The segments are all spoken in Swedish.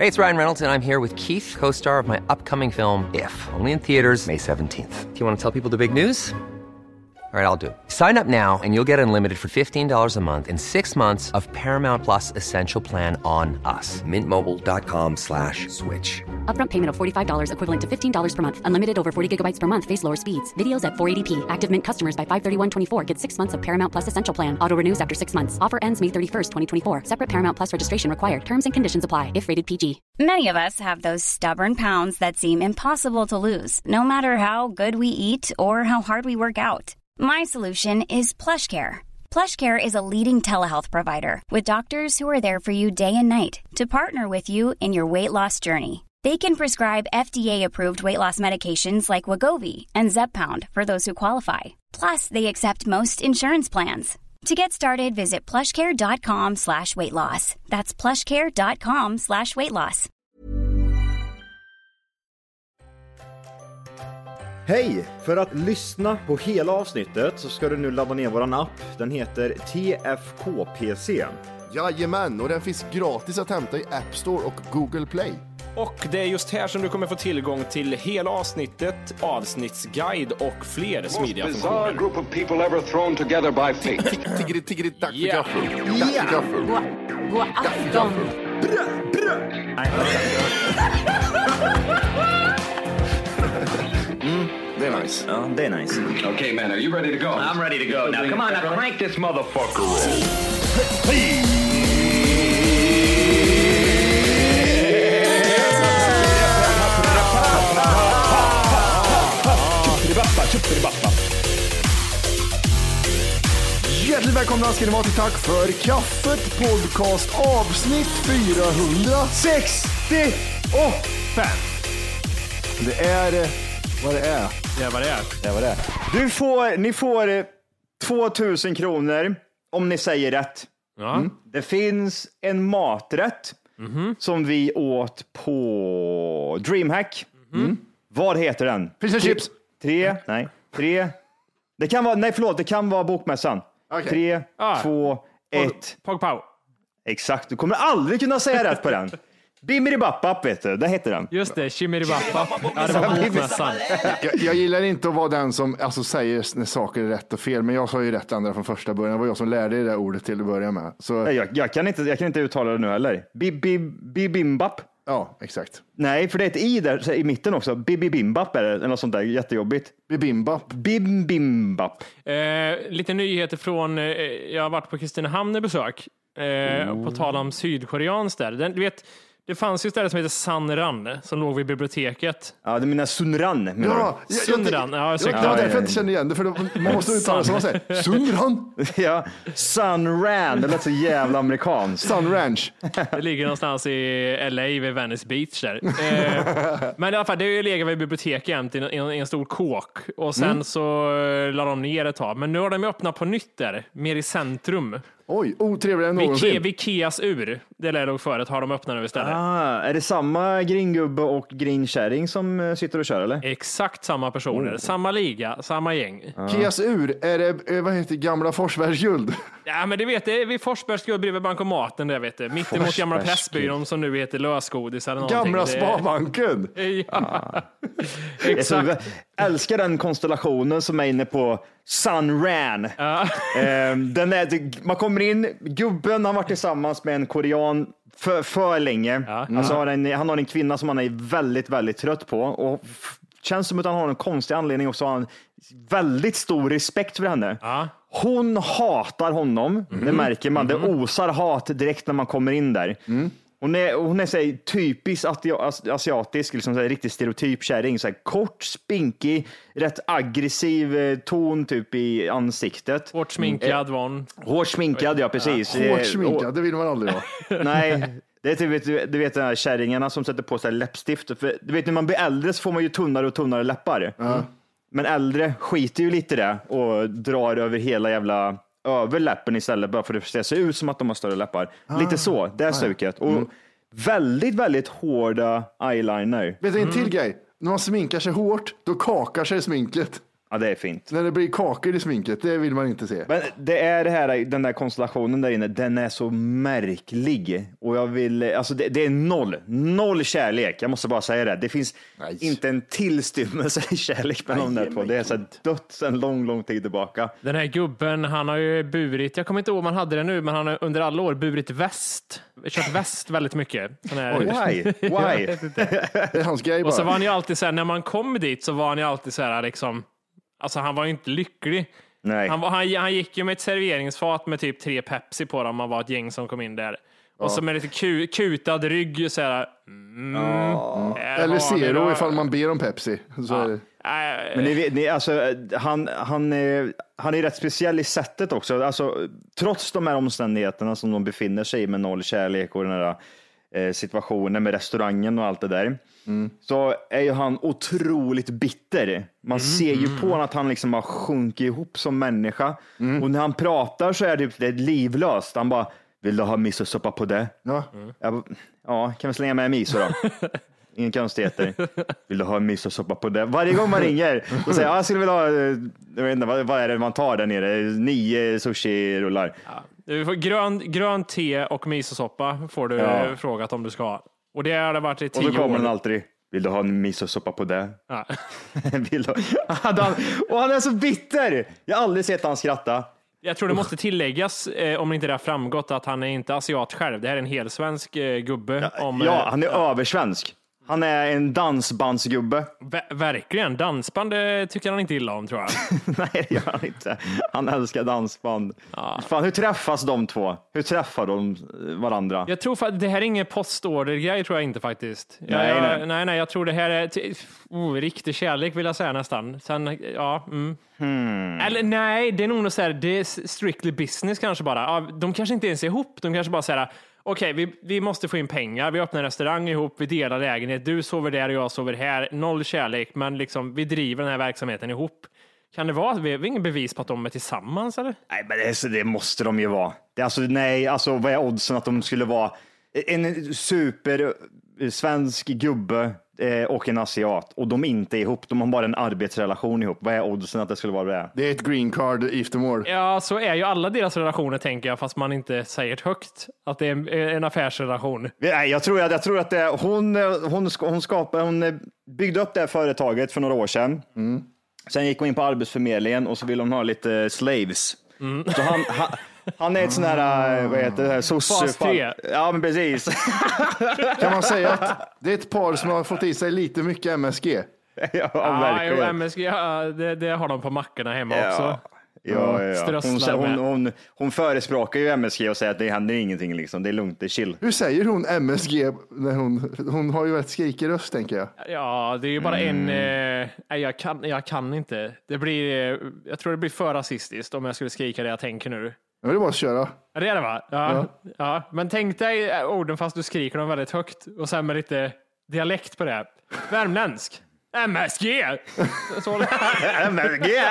Hey, it's Ryan Reynolds, and I'm here with Keith, co-star of my upcoming film, If, only in theaters May 17th. Do you want to tell people the big news? All right, I'll do it. Sign up now and you'll get unlimited for $15 a month and 6 months of Paramount Plus Essential Plan on us. MintMobile.com/switch. Upfront payment of $45 equivalent to $15 per month. Unlimited over 40 gigabytes per month. Face lower speeds. Videos at 480p. Active Mint customers by 531.24 get 6 months of Paramount Plus Essential Plan. Auto renews after 6 months. Offer ends May 31st, 2024. Separate Paramount Plus registration required. Terms and conditions apply if rated PG. Many of us have those stubborn pounds that seem impossible to lose, no matter how good we eat or how hard we work out. My solution is PlushCare. PlushCare is a leading telehealth provider with doctors who are there for you day and night to partner with you in your weight loss journey. They can prescribe FDA-approved weight loss medications like Wegovy and Zepbound for those who qualify. Plus, they accept most insurance plans. To get started, visit plushcare.com/weightloss. That's plushcare.com/weightloss. Hej! För att lyssna på hela avsnittet så ska du nu ladda ner våran app. Den heter TFKPC. Jajamän, och den finns gratis att hämta i App Store och Google Play. Och det är just här som du kommer få tillgång till hela avsnittet, avsnittsguide och fler smidiga funktioner. Group of people ever thrown together by fate. Tiggeri, dack för gaffel. Dack för gaffel. God afton. Det är nice. Ja, det är nice. Okay, man, are you ready to go? I'm ready to go. Now, come on, now crank this motherfucker up. Hjärtligt välkomna ska ni vara till Tack för kaffet podcast avsnitt 465. Det är vad det är. Det är vad det är. Det är vad det är. Ni får 2000 kronor om ni säger rätt. Ja. Det finns en maträtt som vi åt på Dreamhack. Vad heter den? Fish and chips. Tre. Det kan vara, det kan vara Bokmässan. Okay. 3, 2, 1. Pog. Exakt, du kommer aldrig kunna säga rätt på den. Bimmeribappap vet du, det heter den. Just det, Chimeribappap. Ja, det var Bokmässan. Jag gillar inte att vara den som säger när saker är rätt och fel, men jag sa ju rätt andra från första början. Det var jag som lärde dig det ordet till att börja med. Så... Jag kan inte uttala det nu heller. Bibimbap. Ja, exakt. Nej, för det är ett i där i mitten också. Bibimbap är det, eller något sånt där jättejobbigt. Bibimbap. Lite nyheter från, jag har varit på Kristinehamn i besök. På tal om sydkoreanskt där. Du vet, det fanns ju ett ställe som heter Sanran som låg vid biblioteket. Ja, du menar Sunran. Ja, Sunran. Ja, det var därför jag inte kände igen det, för man måste uttala som man säger. Sunran. Ja, Sunran. Det låter så jävla amerikanskt. Sun Ranch. Det ligger någonstans i LA vid Venice Beach där. Men i alla fall, det är ju legat vid biblioteket i en stor kåk. Och sen så la de ner ett tag. Men nu har de öppnat på nytt där, mer i centrum. Oj, otrevligare än någonsin. Vid Keas ur, det lär låg förut, har de öppnat nu istället. Är det samma gringubbe och grinkärring som sitter och kör eller? Exakt samma personer, samma liga, samma gäng. Keas ur, är det, vad heter gamla Forsbergsguld? Ja, men det vet jag, vid Forsbergsguld bredvid bankomaten där vet du. Mitt emot gamla Pressbyrån som nu heter Lösgodis eller någonting. Gamla Sparbanken. Ja. Exakt. Älskar den konstellationen som är inne på Sunran. Den är, man kommer in, gubben har varit tillsammans med en korean för länge. Alltså han har en kvinna som han är väldigt, väldigt trött på och känns som att han har en konstig anledning och så har han väldigt stor respekt för henne. Hon hatar honom, det märker man. Det osar hat direkt när man kommer in där. Hon är så här, typiskt asiatisk, liksom så här, riktigt stereotyp kärring. Så här, kort, spinkig, rätt aggressiv ton typ i ansiktet. Hårt sminkad van. Hårt sminkad, ja precis. Hårt sminkad, det vill man aldrig vara. Nej, det är typ, du vet de här kärringarna som sätter på sig läppstift. För, du vet när man blir äldre så får man ju tunnare och tunnare läppar. Men äldre skiter ju lite i det och drar över hela jävla över läppen istället bara för att det ser ut som att de har större läppar. Lite så, det är stuket. Och väldigt, väldigt hårda eyeliner. Vet du en till grej? När man sminkar sig hårt, då kakar sig sminket. Ja, det är fint. När det blir kakor i sminket, det vill man inte se. Men det är det här, den där konstellationen där inne, den är så märklig. Och jag vill, alltså det är noll kärlek. Jag måste bara säga det. Det finns inte en tillstymmelse i kärlek med de där två. Det är så dött sedan lång tid tillbaka. Den här gubben, han har ju burit, jag kommer inte ihåg om han hade det nu, men han har under alla år burit väst. Kört väst väldigt mycket. Why? Det är hans grej bara. Och så var han ju alltid så här, när man kom dit så var han ju alltid så här liksom, alltså han var ju inte lycklig. Nej. Han gick ju med ett serveringsfat med typ 3 Pepsi på dem. Man var ett gäng som kom in där. Och så med lite kutad rygg så här. Eller Zero ifall man ber om Pepsi. Så är det. Men alltså, han är rätt speciell i sättet också. Alltså, trots de här omständigheterna som de befinner sig i med noll kärlek och den här situationen med restaurangen och allt det där, så är ju han otroligt bitter. Man ser ju på honom att han liksom har sjunkit ihop som människa. Och när han pratar så är det livlöst. Han bara, vill du ha misosoppa på det? Ja, kan vi slänga med miso då? Ingen konstigheter. Vill du ha misosoppa på det? Varje gång man ringer och säger, jag skulle vilja ha, jag vet inte, vad är det man tar där nere? 9 sushi-rullar. Ja. Du får grön te och misosoppa får du frågat om du ska ha. Och det har det varit i 10 år. Och då kommer den alltid, vill du ha en misosoppa på det? Ja. Och han är så bitter. Jag har aldrig sett han skratta. Jag tror det måste tilläggas, om inte det har framgått, att han är inte asiat själv. Det här är en hel svensk gubbe. Han är översvensk. Han är en dansbandsgubbe. Verkligen. Dansband tycker han inte illa om, tror jag. Nej, det gör han inte. Han älskar dansband. Ja. Fan, hur träffas de två? Hur träffar de varandra? Jag tror att det här är ingen postorder-grej, tror jag inte faktiskt. Nej, jag tror det här är riktig kärlek, vill jag säga nästan. Sen, Eller nej, det är nog så här, det är strictly business kanske bara. Ja, de kanske inte ens är ihop. De kanske bara säger, okej, vi måste få in pengar. Vi öppnar en restaurang ihop, vi delar lägenhet. Du sover där och jag sover här. Noll kärlek, men liksom, vi driver den här verksamheten ihop. Kan det vara? Vi har ingen bevis på att de är tillsammans, eller? Nej, men det måste de ju vara. Vad är oddsen att de skulle vara en super svensk gubbe och en asiat och de inte är ihop, de har bara en arbetsrelation ihop. Vad är oddsen att det skulle vara det? Det är ett green card giftermål. Ja, så är ju alla deras relationer, tänker jag, fast man inte säger det högt att det är en affärsrelation. Nej, jag tror att det är, hon byggde upp det här företaget för några år sedan. Sen gick hon in på Arbetsförmedlingen och så ville hon ha lite slaves. Så han är ett sån här, vad heter det? Fas 3. Ja, men precis. Kan man säga att det är ett par som har fått i sig lite mycket MSG? Ja, verkligen. MSG, det har de på mackorna hemma också. Ja. Hon förespråkar ju MSG och säger att det händer ingenting liksom. Det är lugnt, det är chill. Hur säger hon MSG när hon har ju ett skrikig röst, tänker jag. Ja, det är ju bara jag kan inte. Jag tror det blir för rasistiskt om jag skulle skrika det jag tänker nu. Jag vill bara köra. Ja, det är det, va? Ja. Men tänk dig orden fast du skriker dem väldigt högt och sen med lite dialekt på det. Värmländsk. MSG! MSG!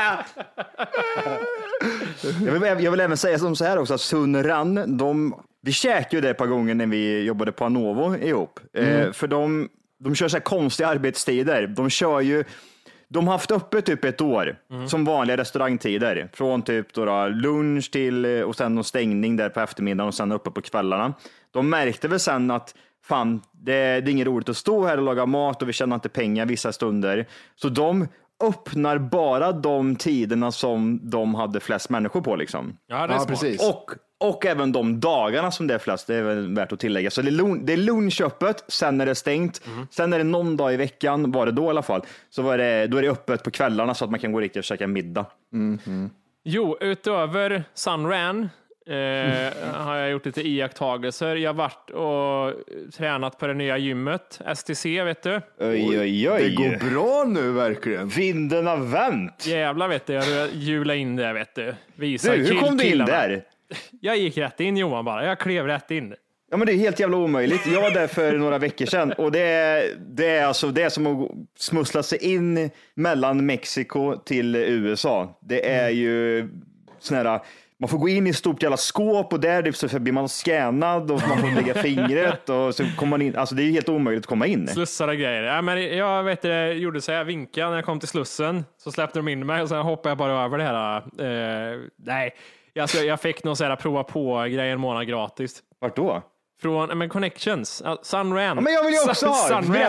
Jag vill även säga som så här också, att Sunran, vi käkade ju det ett par gånger när vi jobbade på Anovo ihop. För de kör så här konstiga arbetstider. De har haft uppe typ ett år som vanliga restaurangtider. Från typ då lunch till och sen någon stängning där på eftermiddagen och sen uppe på kvällarna. De märkte väl sen att fan, det är inget roligt att stå här och laga mat och vi tjänar inte pengar vissa stunder. Så de öppnar bara de tiderna som de hade flest människor på liksom. Ja, det är precis. Och även de dagarna som det är flest, det är väl värt att tillägga. Så det är lunchöppet, sen är det stängt. Sen är det någon dag i veckan, var det då i alla fall. Så då är det öppet på kvällarna så att man kan gå riktigt och käka middag. Jo, utöver Sunran har jag gjort lite iakttagelser. Jag har varit och tränat på det nya gymmet, STC, vet du. Oj. Det går bra nu, verkligen. Vinden har vänt. Jävlar, vet du. Jag hjula in där, vet du. Hur kom du in där? Jag gick rätt in, Johan, bara. Jag klev rätt in. Ja, men det är helt jävla omöjligt. Jag var där för några veckor sedan och det är som att smussla sig in mellan Mexiko till USA. Det är ju sån här man får gå in i ett stort jävla skåp och där så blir man scannad och man får lägga fingret och så kommer man in. Alltså det är helt omöjligt att komma in. Slussar och grejer. Ja, men jag vet det, gjorde så jag vinkade när jag kom till slussen, så släppte de in mig och sen hoppade jag bara över det här. Nej, alltså, jag fick någon så här prova på grejer en månad gratis. Vart då? Från Connections, Sunran. Ja, men jag vill ju också ha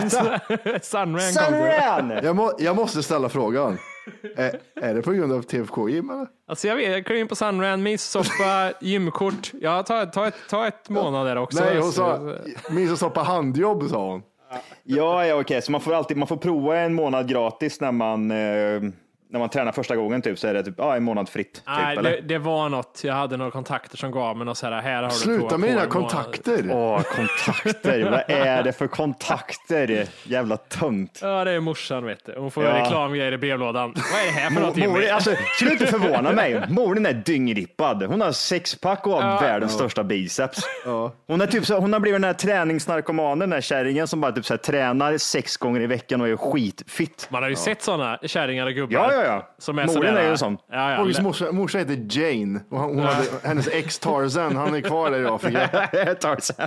Sunran. Jag måste ställa frågan. Är det på grund av TFK-gym eller? Alltså jag kom in på Sunran, myssoppa, gymkort. Ja, ta ett månad där också. Nej, hon sa myssoppa handjobb, sa hon. Ja, okej. Så man får prova en månad gratis när man tränar första gången typ, så är det typ en månad fritt. Typ, nej, det var något. Jag hade några kontakter som gav mig och så här har du. Sluta med dina kontakter. Kontakter. Vad är det för kontakter? Jävla tönt. Ja, det är morsan, vet du. Hon får reklamgrejer i brevlådan. Vad är det här för något? Alltså, skulle inte förvåna mig. Moren är dyngrippad. Hon har sexpack och har världens största biceps. Hon är typ så, hon har blivit den här träningsnarkomanen, den här kärringen som bara typ så här, tränar 6 gånger i veckan och är skitfitt. Man har ju sett sådana kärringar och gubbar. Ja. Som är moren är ju sån. Morsa heter Jane. Och hennes ex Tarzan, han är kvar där i Afrika. Tarzan.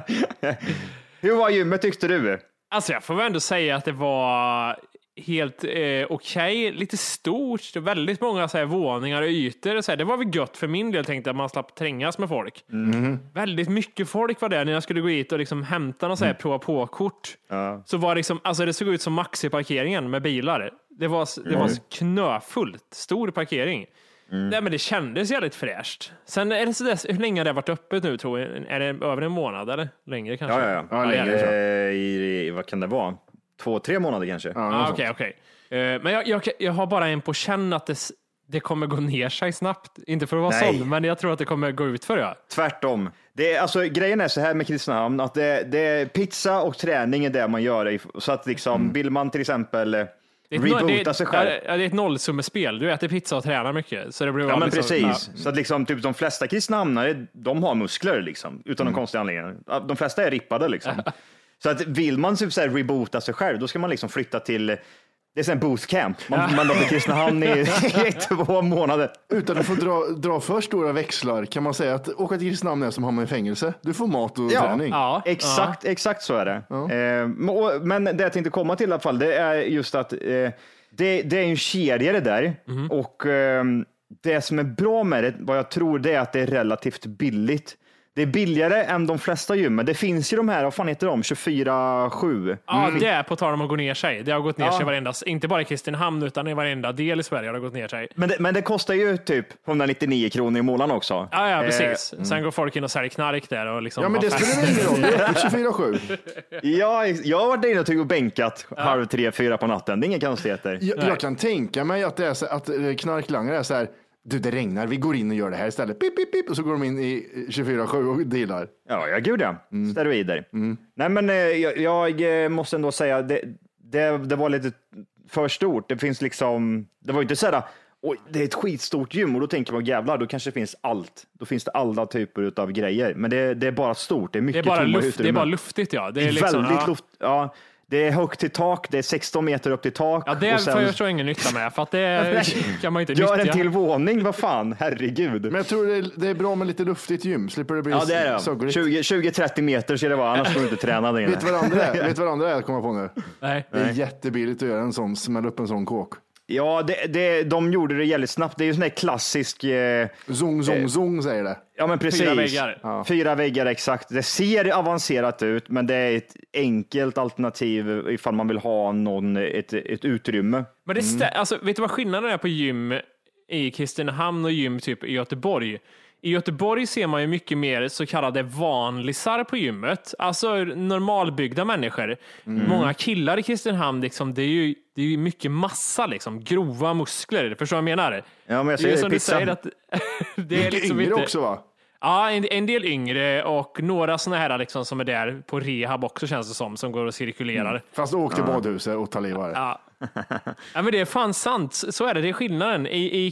Hur var gymmet tyckte du? Alltså jag får väl ändå säga att det var helt okej. Lite stort, väldigt många så här, våningar och ytor. Så här. Det var väl gött för min del, tänkte att man slapp trängas med folk. Väldigt mycket folk var där när jag skulle gå hit och liksom hämta något så här prova på-kort. Så var liksom, alltså det såg ut som Maxi-parkeringen med bilar. Det var knöfullt, stor parkering. Nej, men det kändes jävligt fräscht. Sen är det så där, hur länge har det varit öppet nu, tror jag? Är det över en månad eller längre kanske? Ja, längre. Vad kan det vara? 2-3 månader kanske. Okej. Men jag har bara en på känn att det kommer gå ner sig snabbt. Inte för att vara sån, men jag tror att det kommer gå ut för det. Tvärtom. Grejen är så här med Kristinehamn, att det är pizza och träning är det man gör. Så att liksom, vill man till exempel reboota sig själv. Det är ett nollsummespel. Du äter pizza och tränar mycket. Så det blir men precis. Så att liksom, typ, de flesta Kristinehamnare, de har muskler liksom, utan någon konstig anledning. De flesta är rippade liksom. Så att vill man typ så här reboota sig själv, då ska man liksom flytta till, det är en bootcamp. Man låter Kristinehamn i 2 månader. Utan att få dra för stora växlar kan man säga att åka till Kristinehamn är som att hamna i fängelse. Du får mat och träning. Ja, exakt så är det. Men det jag tänkte komma till i alla fall, det är just att det är en kedja det där. Och det som är bra med det, vad jag tror, det är att det är relativt billigt. Det är billigare än de flesta gymmen. Det finns ju de här, vad fan heter de? 24/7. Ja, det är på tal om att gå ner sig. Det har gått ner sig varenda, inte bara i Kristinehamn utan i varenda del i Sverige har det gått ner sig. Men det kostar ju typ 199 kronor i månaden också. Ja, precis. Sen går folk in och säljer knark där och liksom. Ja, men det spelar ingen roll. Det är 24/7. Ja, jag har varit inne och och bänkat 2:30-4 på natten. Det är inga konstigheter. Jag kan tänka mig att det är så, att knarklangare är så här: du, det regnar, vi går in och gör det här istället. Pip, pip, pip. Och så går de in i 24/7 och dealar. Ja, gud ja. Steroider. Nej, men jag måste ändå säga, det var lite för stort. Det finns liksom, det var inte så här, det är ett skitstort gym och då tänker man, jävlar, då kanske det finns allt. Då finns det alla typer av grejer. Men det är bara stort. Det är mycket tomma utrymme. Det är bara luftigt, ja. Det är liksom, väldigt luft. Ja. Det är högt till tak, det är 16 meter upp till tak. Ja, det får jag så ingen nytta med, för att det kan man inte nyttja. Gör en till våning, vad fan, herregud. Men jag tror det är bra med lite luftigt gym, slipper det bli det är 20-30 meter ska det vara, annars får du inte träna där inne. Vet vad andra är att komma på nu? Nej. Det är jättebilligt att göra en sån, smälla upp en sån kåk. Ja, de gjorde det jävligt snabbt. Det är ju sån här klassisk... Zong säger det. Ja, men precis. 4 väggar. Ja. 4 väggar, exakt. Det ser avancerat ut, men det är ett enkelt alternativ ifall man vill ha ett utrymme. Men alltså, vet du vad skillnaden är på gym i Kristinehamn och gym typ i Göteborg? I Göteborg ser man ju mycket mer så kallade vanlisar på gymmet. Alltså normalbyggda människor. Många killar i Kristinehamn, liksom, det är ju mycket massa, liksom, grova muskler. Förstår du vad jag menar? Ja, men jag det är som du säger att det är liksom yngre också, va? Ja, en del yngre och några såna här liksom, som är där på rehab också, känns det som går och cirkulerar. Fast åk till badhuset och ta livare. Ja, men det är fan sant. Så är det. Det är skillnaden.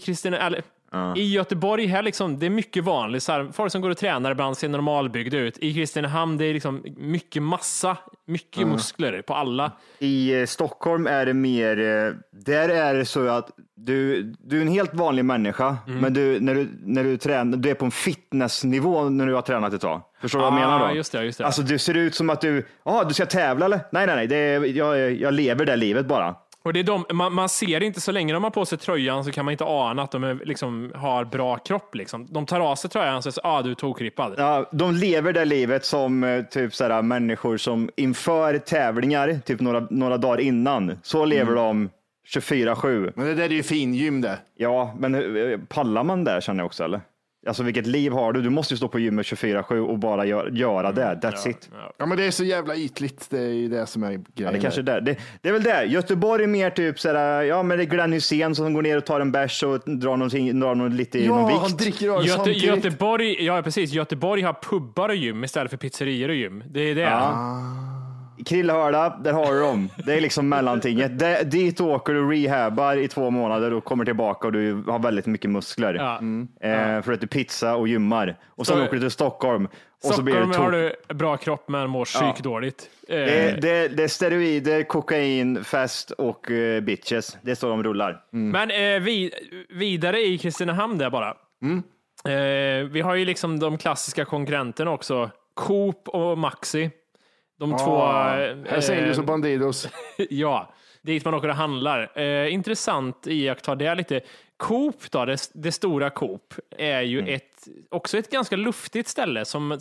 I Göteborg här liksom, det är mycket vanligt. Så här, folk som går och tränar ibland ser normalbyggda ut. I Kristinehamn det är liksom mycket massa, mycket muskler på alla. I Stockholm är det mer, där är det så att du är en helt vanlig människa, men när du tränar, du är på en fitnessnivå när du har tränat ett tag. Förstår du vad jag menar då? Just det. Alltså du ser ut som att du ska tävla eller? Nej, det är, jag lever det livet bara. Och det är man ser inte så länge de har på sig tröjan, så kan man inte ana att de är, liksom, har bra kropp. Liksom. De tar av sig tröjan och säger du är tokrippad. Ja, de lever det livet som typ sådär, människor som inför tävlingar, typ några dagar innan, så lever de 24/7. Men det där är ju fin gym det. Ja, men pallar man där känner jag också, eller? Alltså vilket liv har du? Du måste ju stå på gymmet 24/7 och bara göra det. That's it. Ja, men det är så jävla ytligt. Det är ju det som är grejen. Ja, det kanske är det. Det är väl det. Göteborg är mer typ sådär, ja men det är Glenn Hysén som går ner och tar en bärs och drar någon lite någon vikt. Han dricker öl samtidigt. Göteborg, ja precis. Göteborg har pubbar och gym istället för pizzerior och gym. Det är det. Krillhörda, där har du dem. Det är liksom mellantinget. Dit åker du, rehabbar i 2 månader och kommer tillbaka och du har väldigt mycket muskler. För att du pizza och gymmar. Och sen åker du till Stockholm. Och så blir det har du bra kropp men mår psykdåligt. Det är steroider, kokain, fest och bitches. Det är så de rullar. Men vidare i Kristinehamn där bara. Vi har ju liksom de klassiska konkurrenterna också. Coop och Maxi. De två... Hells och Bandidos. Ja, dit man åker och handlar. Intressant iaktta det lite. Coop då, det stora Coop, är ju också ett ganska luftigt ställe som...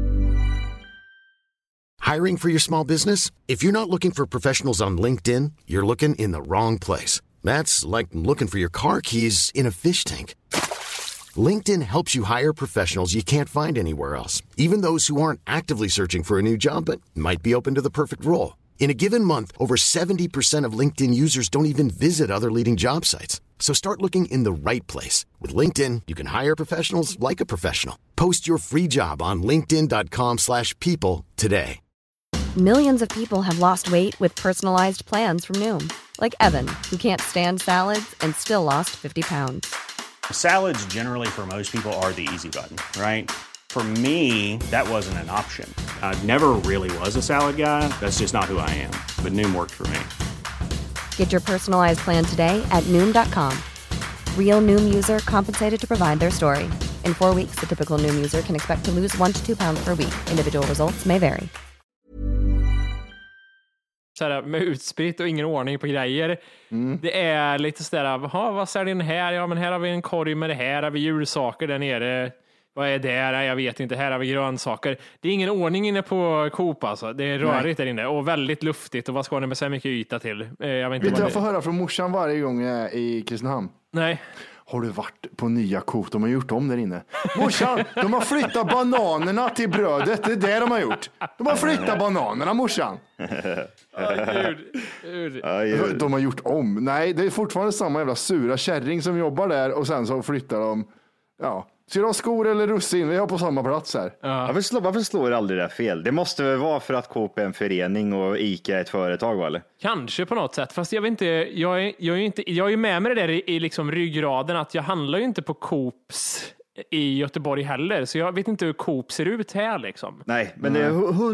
Hiring for your small business? If you're not looking for professionals on LinkedIn, you're looking in the wrong place. That's like looking for your car keys in a fish tank. LinkedIn helps you hire professionals you can't find anywhere else, even those who aren't actively searching for a new job but might be open to the perfect role. In a given month, over 70% of LinkedIn users don't even visit other leading job sites. So start looking in the right place. With LinkedIn, you can hire professionals like a professional. Post your free job on linkedin.com/people today. Millions of people have lost weight with personalized plans from Noom. Like Evan, who can't stand salads and still lost 50 pounds. Salads generally for most people are the easy button, right? For me, that wasn't an option. I never really was a salad guy. That's just not who I am. But Noom worked for me. Get your personalized plan today at Noom.com. Real Noom user compensated to provide their story. In 4 weeks, the typical Noom user can expect to lose 1 to 2 pounds per week. Individual results may vary. Sådär, med utspritt och ingen ordning på grejer. Det är lite sådär, vad säljer den här? Ja, men här har vi en korg med det här. Har vi julsaker där nere? Vad är det? Jag vet inte. Här har vi grönsaker. Det är ingen ordning inne på Coop alltså. Det är rörigt där inne och väldigt luftigt. Och vad ska ni med så mycket yta till? Jag vet inte. Jag får höra från morsan varje gång jag är i Kristinehamn. Nej. Har du varit på nya Coop? De har gjort om där inne. Morsan, de har flyttat bananerna till brödet. Det är det de har gjort. De har flyttat bananerna, morsan. De har gjort om. Nej, det är fortfarande samma jävla sura kärring som jobbar där och sen så flyttar de. Ja. Ska du ha skor eller russin? Vi har på samma plats här. Varför slår aldrig det fel? Det måste väl vara för att Coop är en förening och ICA är ett företag, eller? Kanske på något sätt. Fast jag vet inte, jag är ju med mig det där i liksom ryggraden att jag handlar ju inte på Coops i Göteborg heller. Så jag vet inte hur Coop ser ut här liksom. Nej, men det är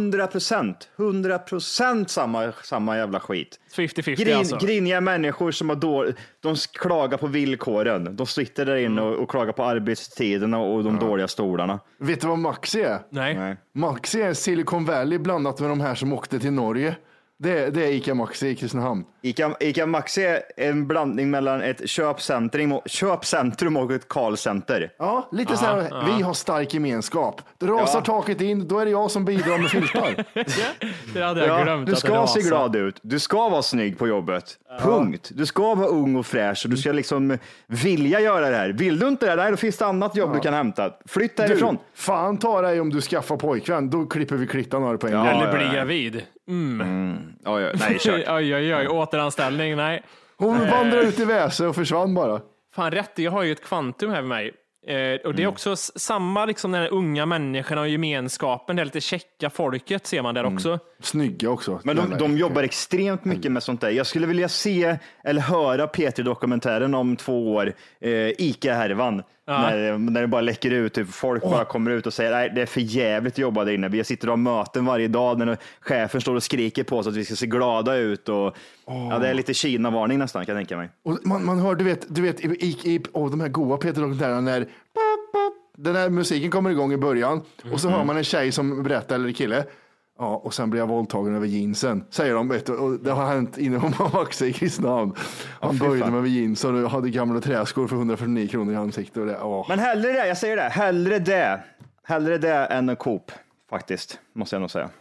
100% samma jävla skit. 50-50 alltså. Griniga människor som har de klagar på villkoren. De sitter där inne och klagar på arbetstiderna och de dåliga stolarna. Vet du vad Maxi är? Nej. Maxi är Silicon Valley blandat med de här som åkte till Norge. Det är ICA Maxi i Kristinehamn. ICA Maxi är en blandning mellan ett köpcentrum och ett callcenter. Ja, lite så här. Vi har stark gemenskap. Det rasar taket in, då är det jag som bidrar med filtar. Det hade jag glömt. Du ska se glad ut. Du ska vara snygg på jobbet. Punkt. Du ska vara ung och fräsch och du ska liksom vilja göra det här. Vill du inte det där, då finns det annat jobb du kan hämta. Flytta därifrån. Fan ta dig om du skaffar pojkvän. Då klipper vi klittan av det på en gång. Eller blir gravid. Nej, kört. Oj, återanställning, nej. Hon vandrar ut i väse och försvann bara. Fan rätt, jag har ju ett kvantum här med mig. Och det är också samma liksom den unga människorna och gemenskapen, det är lite checka folket ser man där också. Snygga också. Men de jobbar extremt mycket med sånt där. Jag skulle vilja se eller höra P3-dokumentären om 2 år, ICA-härvan. När det bara läcker ut, typ, folk bara kommer ut och säger nej, det är för jävligt att jobba där inne. Vi sitter och har möten varje dag när chefen står och skriker på oss att vi ska se glada ut och det är lite Kina-varning nästan, kan jag tänka mig. Och man hör, du vet i de här goa Peter-dokumentärerna när den här musiken kommer igång i början och så hör man en tjej som berättar, eller kille. Ja, och sen blir jag våldtagen över jeansen, säger de, vet du, och det har hänt inom Max i Kristinehamn. Han böjde mig över jeansen och hade gamla träskor för 149 kronor i ansiktet. Och det, Men hellre det, jag säger det, hellre det än en Coop, faktiskt, måste jag nog säga.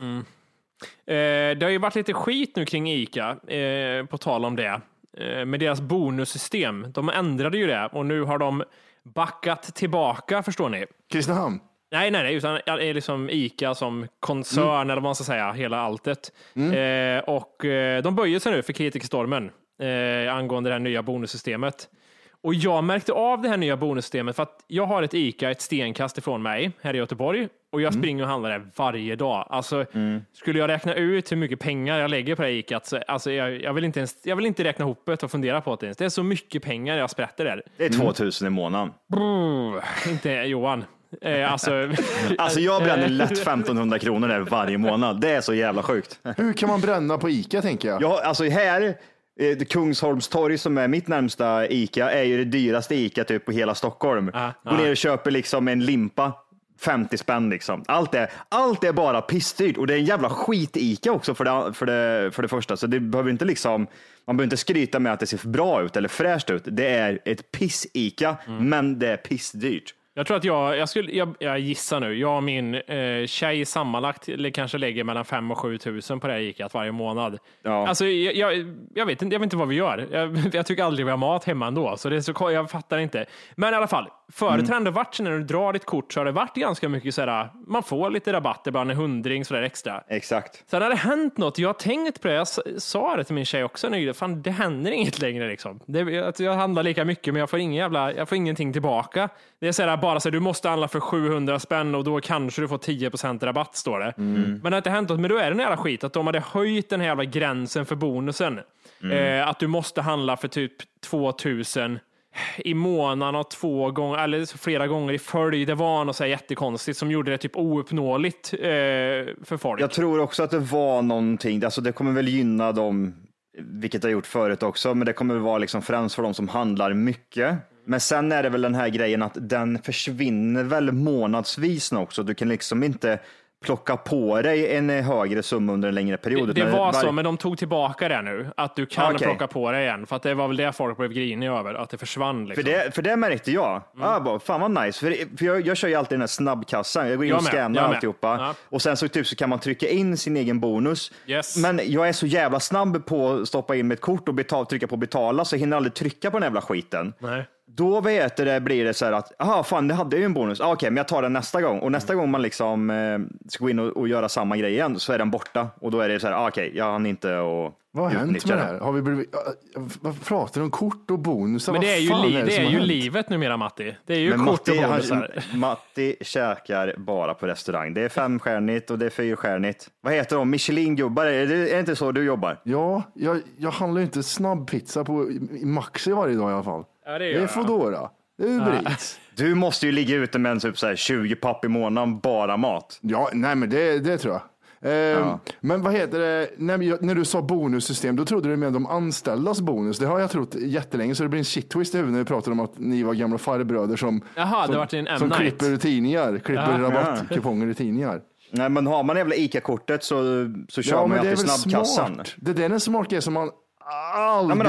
Det har ju varit lite skit nu kring ICA, på tal om det, med deras bonussystem. De ändrade ju det och nu har de backat tillbaka, förstår ni? Kristinehamn? Nej, utan det är liksom ICA som koncern, eller vad man ska säga, hela alltet. Och de böjer sig nu för kritikerstormen angående det här nya bonussystemet. Och jag märkte av det här nya bonussystemet för att jag har ett ICA ett stenkast ifrån mig här i Göteborg och jag springer och handlar där varje dag. Alltså, skulle jag räkna ut hur mycket pengar jag lägger på det här ICA, alltså, jag vill inte räkna ihop det och fundera på det ens. Det är så mycket pengar jag sprätter där. Det är 2000 i månaden. Inte Johan. Alltså jag bränner lätt 1500 kronor där varje månad. Det är så jävla sjukt. Hur kan man bränna på ICA, tänker jag? Ja, alltså här, Kungsholms torg som är mitt närmsta ICA är ju det dyraste ICA typ på hela Stockholm. Går ner och köper liksom en limpa 50 spänn liksom. Allt är bara pissdyrt och det är en jävla skit-ICA också för det första. Så det behöver inte liksom, man behöver inte skryta med att det ser bra ut eller fräscht ut. Det är ett piss-ICA, men det är pissdyrt. Jag tror att jag gissar nu, jag och min tjej sammanlagt kanske lägger mellan 5 och 7 tusen på det här ICA varje månad. Ja. Alltså, jag vet inte vad vi gör. Jag tycker aldrig vi har mat hemma ändå, så det är så, jag fattar inte. Men i alla fall, förut har det ändå varit så när du drar ditt kort så har det varit ganska mycket sådär, man får lite rabatter, bara en 100 sådär extra. Exakt. Sen har det hänt något, jag har tänkt på det, jag sa det till min tjej också nu, fan det händer inget längre liksom. Jag handlar lika mycket men jag får ingenting tillbaka. Det är sådär, bara så du måste handla för 700 spänn och då kanske du får 10% rabatt, står det. Men det har inte hänt något, men då är det en jävla skit att de hade höjt den här jävla gränsen för bonusen. Att du måste handla för typ 2000 i månaden och 2 gånger eller flera gånger i följd. Det var något så här jättekonstigt som gjorde det typ ouppnåeligt för folk. Jag tror också att det var någonting, alltså det kommer väl gynna dem, vilket jag gjort förut också, men det kommer väl vara liksom främst för de som handlar mycket. Men sen är det väl den här grejen att den försvinner väl månadsvis också. Du kan liksom inte plocka på dig en högre summa under en längre period. Det var så, men de tog tillbaka det nu. Att du kan plocka på dig igen. För att det var väl det folk blev griniga över. Att det försvann. Liksom. För det märkte jag. Fan vad nice. För jag kör ju alltid den här snabbkassan. Jag går in och scannar alltihopa. Ja. Och sen så kan man trycka in sin egen bonus. Yes. Men jag är så jävla snabb på att stoppa in mitt kort och trycka på betala. Så jag hinner aldrig trycka på den jävla skiten. Nej. Då blir det så här att, fan det hade ju en bonus. Okej, men jag tar den nästa gång. Och nästa gång man liksom ska gå in och göra samma grej igen så är den borta. Och då är det så här, okej, jag hann inte och vad har hänt med det här? Har vi blivit, vad pratar du om kort och bonusar? Men det är ju livet numera, Matti. Det är ju men kort och bonusar. Matti käkar bara på restaurang. Det är 5-stjärnigt och det är 4-stjärnigt. Vad heter de? Michelin-gubbar? Är det inte så du jobbar? Ja, jag handlar inte snabbpizza på Maxi varje dag i alla fall. Ja, det är Foodora. Det är Uber Eats. Du måste ju ligga ute med en typ så här 20 papp i månaden bara mat. Ja, nej men det tror jag. Men vad heter det, när du sa bonussystem, då trodde du med de anställdas bonus. Det har jag trott jättelänge, så det blir en shit twist i huvudet när vi pratar om att ni var gamla farbröder som klipper tidningar, klipper rabattkuponger i tidningar. Nej, men har man jävla ICA-kortet så kör man ju alltid snabbkassan. Smart. Det är en smart grej som man aldrig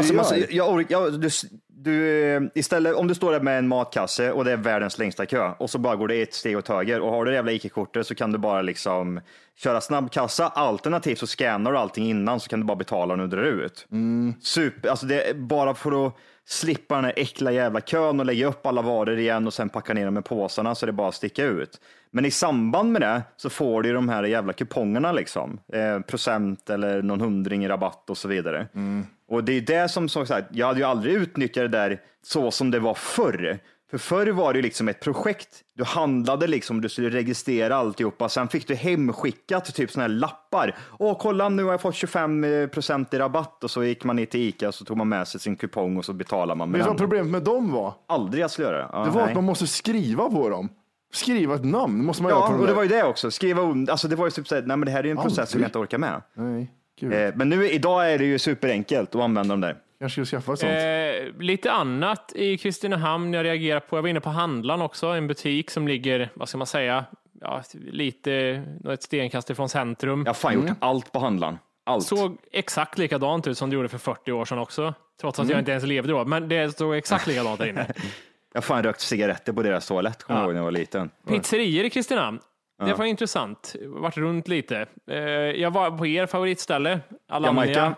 gör. Istället om du står där med en matkasse och det är världens längsta kö och så bara går det ett steg åt höger och har du det jävla ICA-kortet så kan du bara liksom köra snabbkassa, alternativt så scannar du allting innan så kan du bara betala när du drar ut. Super, alltså det är bara för att slippa den här äckla jävla kön och lägga upp alla varor igen och sen packa ner dem med påsarna så det bara sticker ut. Men i samband med det så får du de här jävla kupongerna liksom. Procent eller någon 100 i rabatt och så vidare. Och det är det som sagt, jag hade ju aldrig utnyttjat det där så som det var förr. För förr var det liksom ett projekt. Du handlade liksom, du skulle registrera alltihopa. Sen fick du hemskickat typ såna här lappar. Kolla, nu har jag fått 25% i rabatt. Och så gick man ner till Ica och så tog man med sig sin kupong och så betalar man med den. Vad problemet med dem var? Aldrig jag skulle göra det. Det var att man måste skriva på dem. Skriva ett namn, måste man göra på dem. Och det var ju det också. Skriva under, alltså det var ju typ såhär, nej men det här är ju en process som jag inte orkar med. Nej, men idag är det ju superenkelt att använda dem där. Kanske skulle skaffa sånt. Lite annat i Kristinehamn jag reagerar på. Jag var inne på Handlarn också, en butik som ligger, vad ska man säga, lite ett stenkast ifrån centrum. Jag har fan gjort allt på Handlarn. Allt. Såg exakt likadant ut som det gjorde för 40 år sedan också. Trots att jag inte ens levde då. Men det såg exakt likadant där inne. Jag har fan rökt cigaretter på deras toalett, kommer jag ihåg när jag var liten. Pizzerier i Kristinehamn. Det var intressant. Varit runt lite. Jag var på er favoritställe. Jamaica.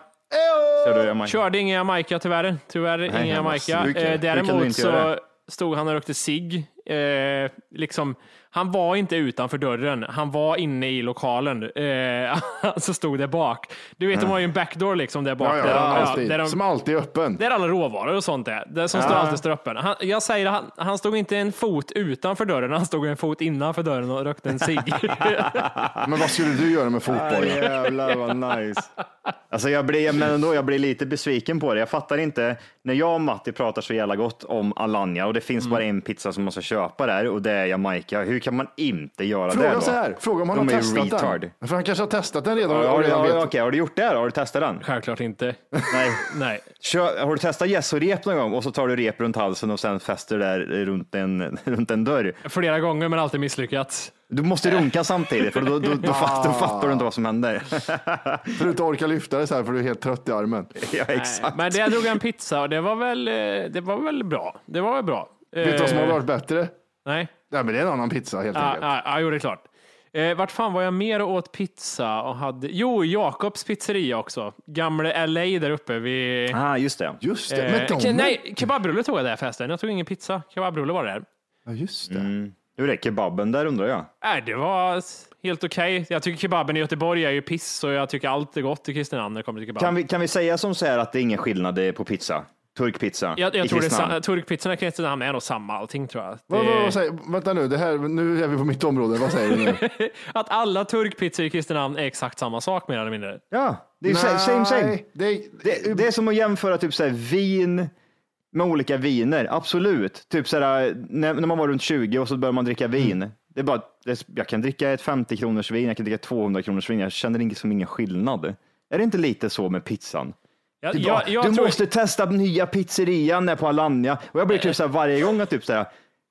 Körde ingen Jamaica tyvärr. Ingen Jamaica. Däremot så stod han och rökte cigg. Liksom, han var inte utanför dörren. Han var inne i lokalen. Så stod det bak. Du vet, de har ju en backdoor liksom där bak. Som alltid är öppen. Där alla råvaror och sånt är. Det som alltid står öppen. Jag säger, han stod inte en fot utanför dörren. Han stod en fot innanför dörren och rökte en cigg. Men vad skulle du göra med fotboll? Jävlar vad nice. Alltså jag blir lite besviken på det. Jag fattar inte. När jag och Matti pratar så jävla gott om Alanya och det finns bara en pizza som man ska köpa där och det är Jamaica. Hur kan man inte göra det då? Fråga om han har testat den. För han kanske har testat den redan. Okej, har du gjort det här? Har du testat den? Självklart inte. Nej. Har du testat gäss-och-rep någon gång och så tar du rep runt halsen och sen fäster där runt en dörr? Flera gånger men alltid misslyckats. Du måste runka samtidigt för då fattar du inte vad som händer. För du inte orkar lyfta det så här för du är helt trött i armen. Ja, exakt. Men jag drog en pizza och det var väl bra. Det var väl bra. Vet du vad som har varit bättre? Nej. Ja, men det är en annan pizza helt enkelt. Ja, det är klart. Vart fan var jag mer och åt pizza och hade... Jo, Jakobs pizzeria också. Gamla LA där uppe. Just det. Nej, kebabrulle tog jag där festen. Jag tog ingen pizza. Kebabrulle var det där. Ja, just det. Hur är kebaben där undrar jag? Det var helt okej. Jag tycker kebaben i Göteborg är ju piss och jag tycker allt är gott i Kristinehamn när det kommer till kebab. Kan vi säga som så här att det är ingen skillnad på pizza? Turkpizza. Jag tror det turkpizzan i Kristinehamn är nog samma allting tror jag. Vad säger, vänta nu, nu är vi på mitt område. Vad säger du nu? Att alla turkpizzor i Kristinehamn är exakt samma sak mer eller mindre. Ja, det är same. Det är som att jämföra typ så här vin med olika viner. Absolut. Typ så här, när man var runt 20 och så börjar man dricka vin. Det är bara, jag kan dricka ett 50 kronors vin, jag kan dricka 200 kronors vin. Jag känner ingen skillnad. Är det inte lite så med pizzan? Du måste testa nya pizzerian på Alanya. Och jag blir typ så här varje gång att typ så här,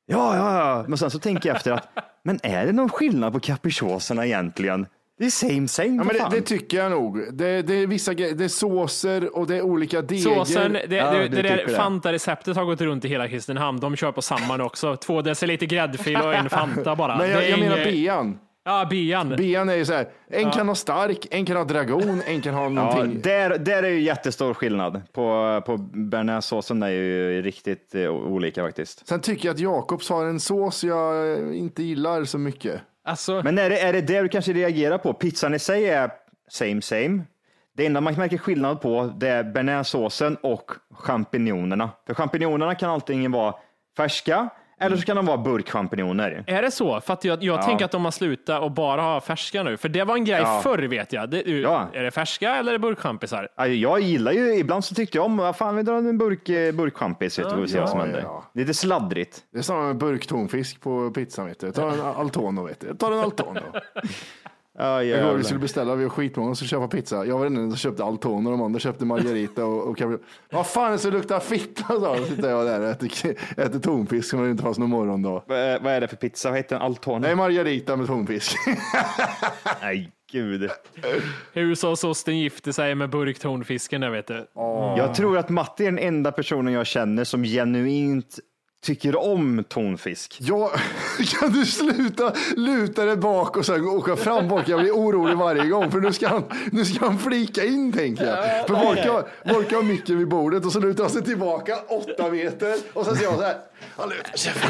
ja. Men sen så tänker jag efter att, men är det någon skillnad på capriccioserna egentligen? Det är same. Ja, men det tycker jag nog. Det är vissa grejer, det är såser och det är olika deger. Såsen, det Fanta-receptet har gått runt i hela Kristinehamn. De kör på samma också. 2 deciliter gräddfil och en Fanta bara. Men jag menar bean. Ja, bean. Bean är ju så här, en kan ha stark, en kan ha dragon, en kan ha någonting. Där är ju jättestor skillnad. På bearnaisesåsen är ju riktigt olika faktiskt. Sen tycker jag att Jakobs har en sås jag inte gillar så mycket. Alltså... Men är det du kanske reagerar på? Pizzan i sig är same. Det enda man märker skillnad på det är bearnaisesåsen och champinjonerna. För champinjonerna kan alltid vara färska eller så kan de vara burkchampinjoner. Är det så? För att jag tänker att de har slutat och bara ha färska nu. För det var en grej förr vet jag. Är det färska eller är det burkchampisar? Jag gillar ju, ibland så tyckte jag om, vad fan vi drar en burkchampis vet du vad som händer. Lite sladdrigt. Det är samma med burktonfisk på pizzan vet du. Ta en Altono vet du. Ta en Altono. Vi skulle beställa, vi var skitmånga och så köpa pizza. Jag var den enda som köpte Altono och de andra köpte Margarita och vad fan så luktar fitta så sitter jag där och äter tonfisk som det inte fanns någon morgon då. Vad är det för pizza? Vad heter den? Altono? Nej, Margarita med tonfisk. Nej, gud. Hushållsosten gifter sig med burktonfisken där vet du. Jag tror att Matti är den enda personen jag känner som genuint tycker om tonfisk. Ja, kan du sluta luta dig bak och sen åka fram bak? Jag blir orolig varje gång för nu ska han flika in tänker jag. För Volka har mycket vid bordet och så lutar han sig tillbaka 8 meter och så ser jag så här. Han lutar sig fram.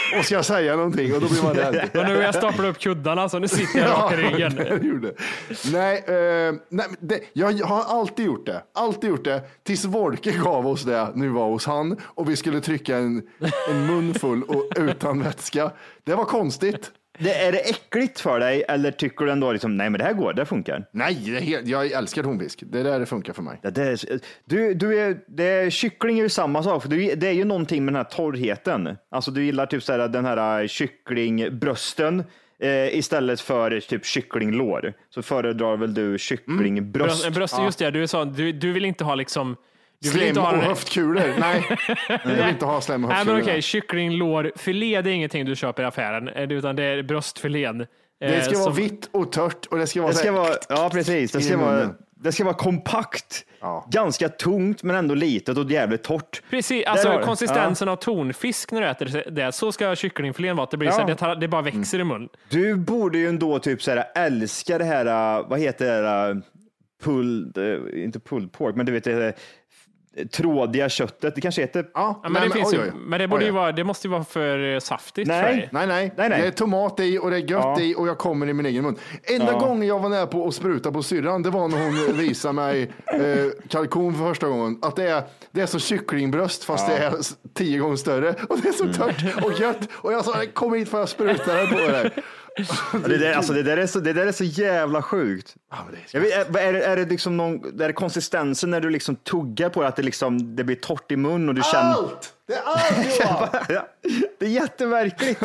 och ska säga någonting och då blir man rädd. Och nu jag staplar upp kuddarna så nu sitter jag rakt i ryggen. Nej, jag har alltid gjort det tills Volke gav oss det nu var hos han och vi skulle trycka en mun full och utan vätska. Det var konstigt. Är det äckligt för dig eller tycker du ändå liksom, nej men det här går, det funkar? Nej, jag älskar tonfisk. Det är där det funkar för mig. Kyckling är ju samma sak, för det är ju någonting med den här torrheten. Alltså du gillar typ såhär, den här kycklingbrösten istället för typ kycklinglår. Så föredrar väl du kycklingbröst? Bröst, just det, du vill inte ha liksom slem och höftkulor. Nej, jag vill inte ha slem och höftkulor. Men okej, kycklinglårfilé, det är ingenting du köper i affären, utan det är bröstfilén. Det ska vara vitt och tört och det ska vara... Ja, precis. Det ska vara kompakt, ganska tungt men ändå litet och jävligt torrt. Precis, alltså konsistensen av tonfisk när du äter det, så ska kycklingfilén vara. Det blir så här, det bara växer i mun. Du borde ju ändå typ så här älska det här, vad heter det, inte pulled pork, men du vet det trådiga köttet. Det kanske heter... Men det borde ju vara, det måste ju vara för saftigt. Nej. Det är tomat i och det är gött i och jag kommer i min egen mun. Enda gången jag var nära på att spruta på syrran, det var när hon visade mig kalkon för första gången. Att det är så kycklingbröst fast det är 10 gånger större och det är så tört och gött. Och jag sa, kom hit för att spruta det på dig. Det där är så jävla sjukt. Är det liksom är det konsistensen när du liksom tuggar på att det blir torrt i mun och du känner allt! Det är allt! Det är jätteverkligt.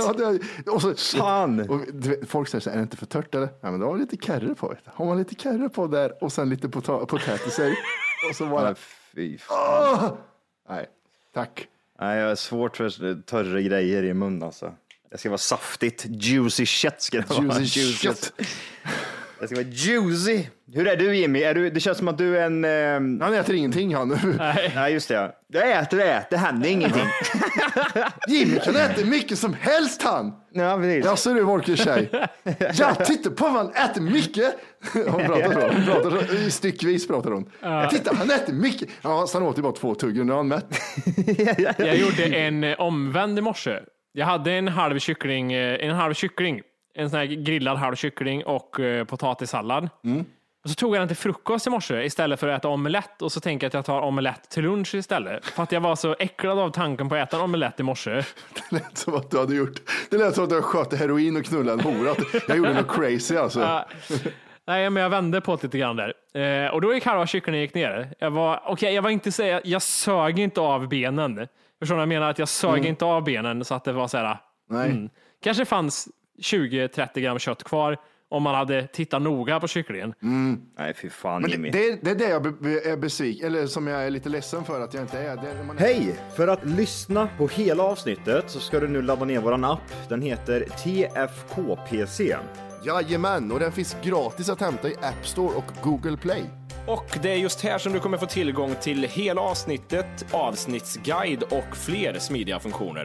Folk säger så här, är det inte för tört eller? Ja, men då har man lite kerre på. Har man lite kerre på där och sen lite potätisar och så bara fy fan. Nej, tack. Nej, jag har svårt för törre grejer i mun alltså. Det ska vara saftigt, juicy shit ska det vara. Juicy shit. Det ska vara juicy. Hur är du, Jimmy? Det känns som att du är en... Han äter ingenting han. Nej, just det. Jag äter, det händer ingenting. Jimmy kan äta mycket som helst han. Ja, precis. Jag ser du, Volkers tjej. Jag tittar på vad han äter mycket. Hon pratar så. Styckvis pratar hon. Titta, han äter mycket. Ja, så han åt ju bara 2 tuggar när han mätt. Jag gjorde en omvänd i morse. Jag hade en halv kyckling, en sån här grillad halv kyckling och potatissallad. Och så tog jag den till frukost i morse istället för att äta omelett, och så tänker jag att jag tar omelett till lunch istället. För att jag var så äcklad av tanken på att äta en omelett i morse. Det lät som att du hade gjort. Det lät som att du sköt heroin och knullade en hora. Jag gjorde något crazy alltså. Nej, men jag vände på det lite grann där. Och då gick halva kycklingen ner. Jag sög inte av benen. Förstår du vad jag menar? Att jag sög inte av benen så att det var så här. Kanske fanns 20-30 gram kött kvar om man hade tittat noga på kycklingen. Nej, fy fan. Men det är det jag är besviken, eller som jag är lite ledsen för att jag inte är. Hej! För att lyssna på hela avsnittet så ska du nu ladda ner våran app. Den heter TFKPC. Jajamän, och den finns gratis att hämta i App Store och Google Play. Och det är just här som du kommer få tillgång till hela avsnittet, avsnittsguide och fler smidiga funktioner.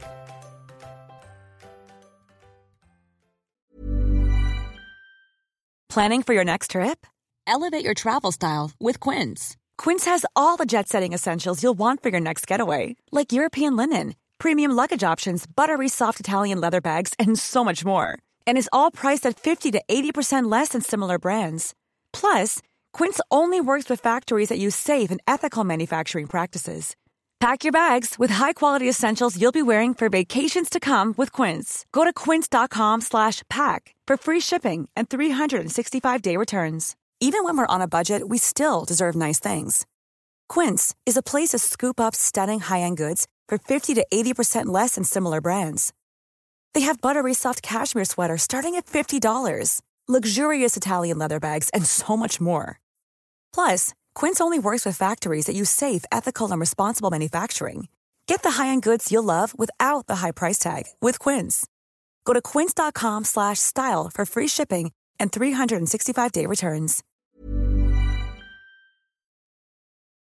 Planning for your next trip? Elevate your travel style with Quince. Quince has all the jet-setting essentials you'll want for your next getaway, like European linen, premium luggage options, buttery soft Italian leather bags, and so much more. And is all priced at 50 to 80% less than similar brands. Plus, Quince only works with factories that use safe and ethical manufacturing practices. Pack your bags with high-quality essentials you'll be wearing for vacations to come with Quince. Go to quince.com/pack for free shipping and 365-day returns. Even when we're on a budget, we still deserve nice things. Quince is a place to scoop up stunning high-end goods for 50 to 80% less than similar brands. They have buttery soft cashmere sweaters starting at $50, luxurious Italian leather bags, and so much more. Plus, Quince only works with factories that use safe, ethical, and responsible manufacturing. Get the high-end goods you'll love without the high price tag with Quince. Go to quince.com/style for free shipping and 365-day returns.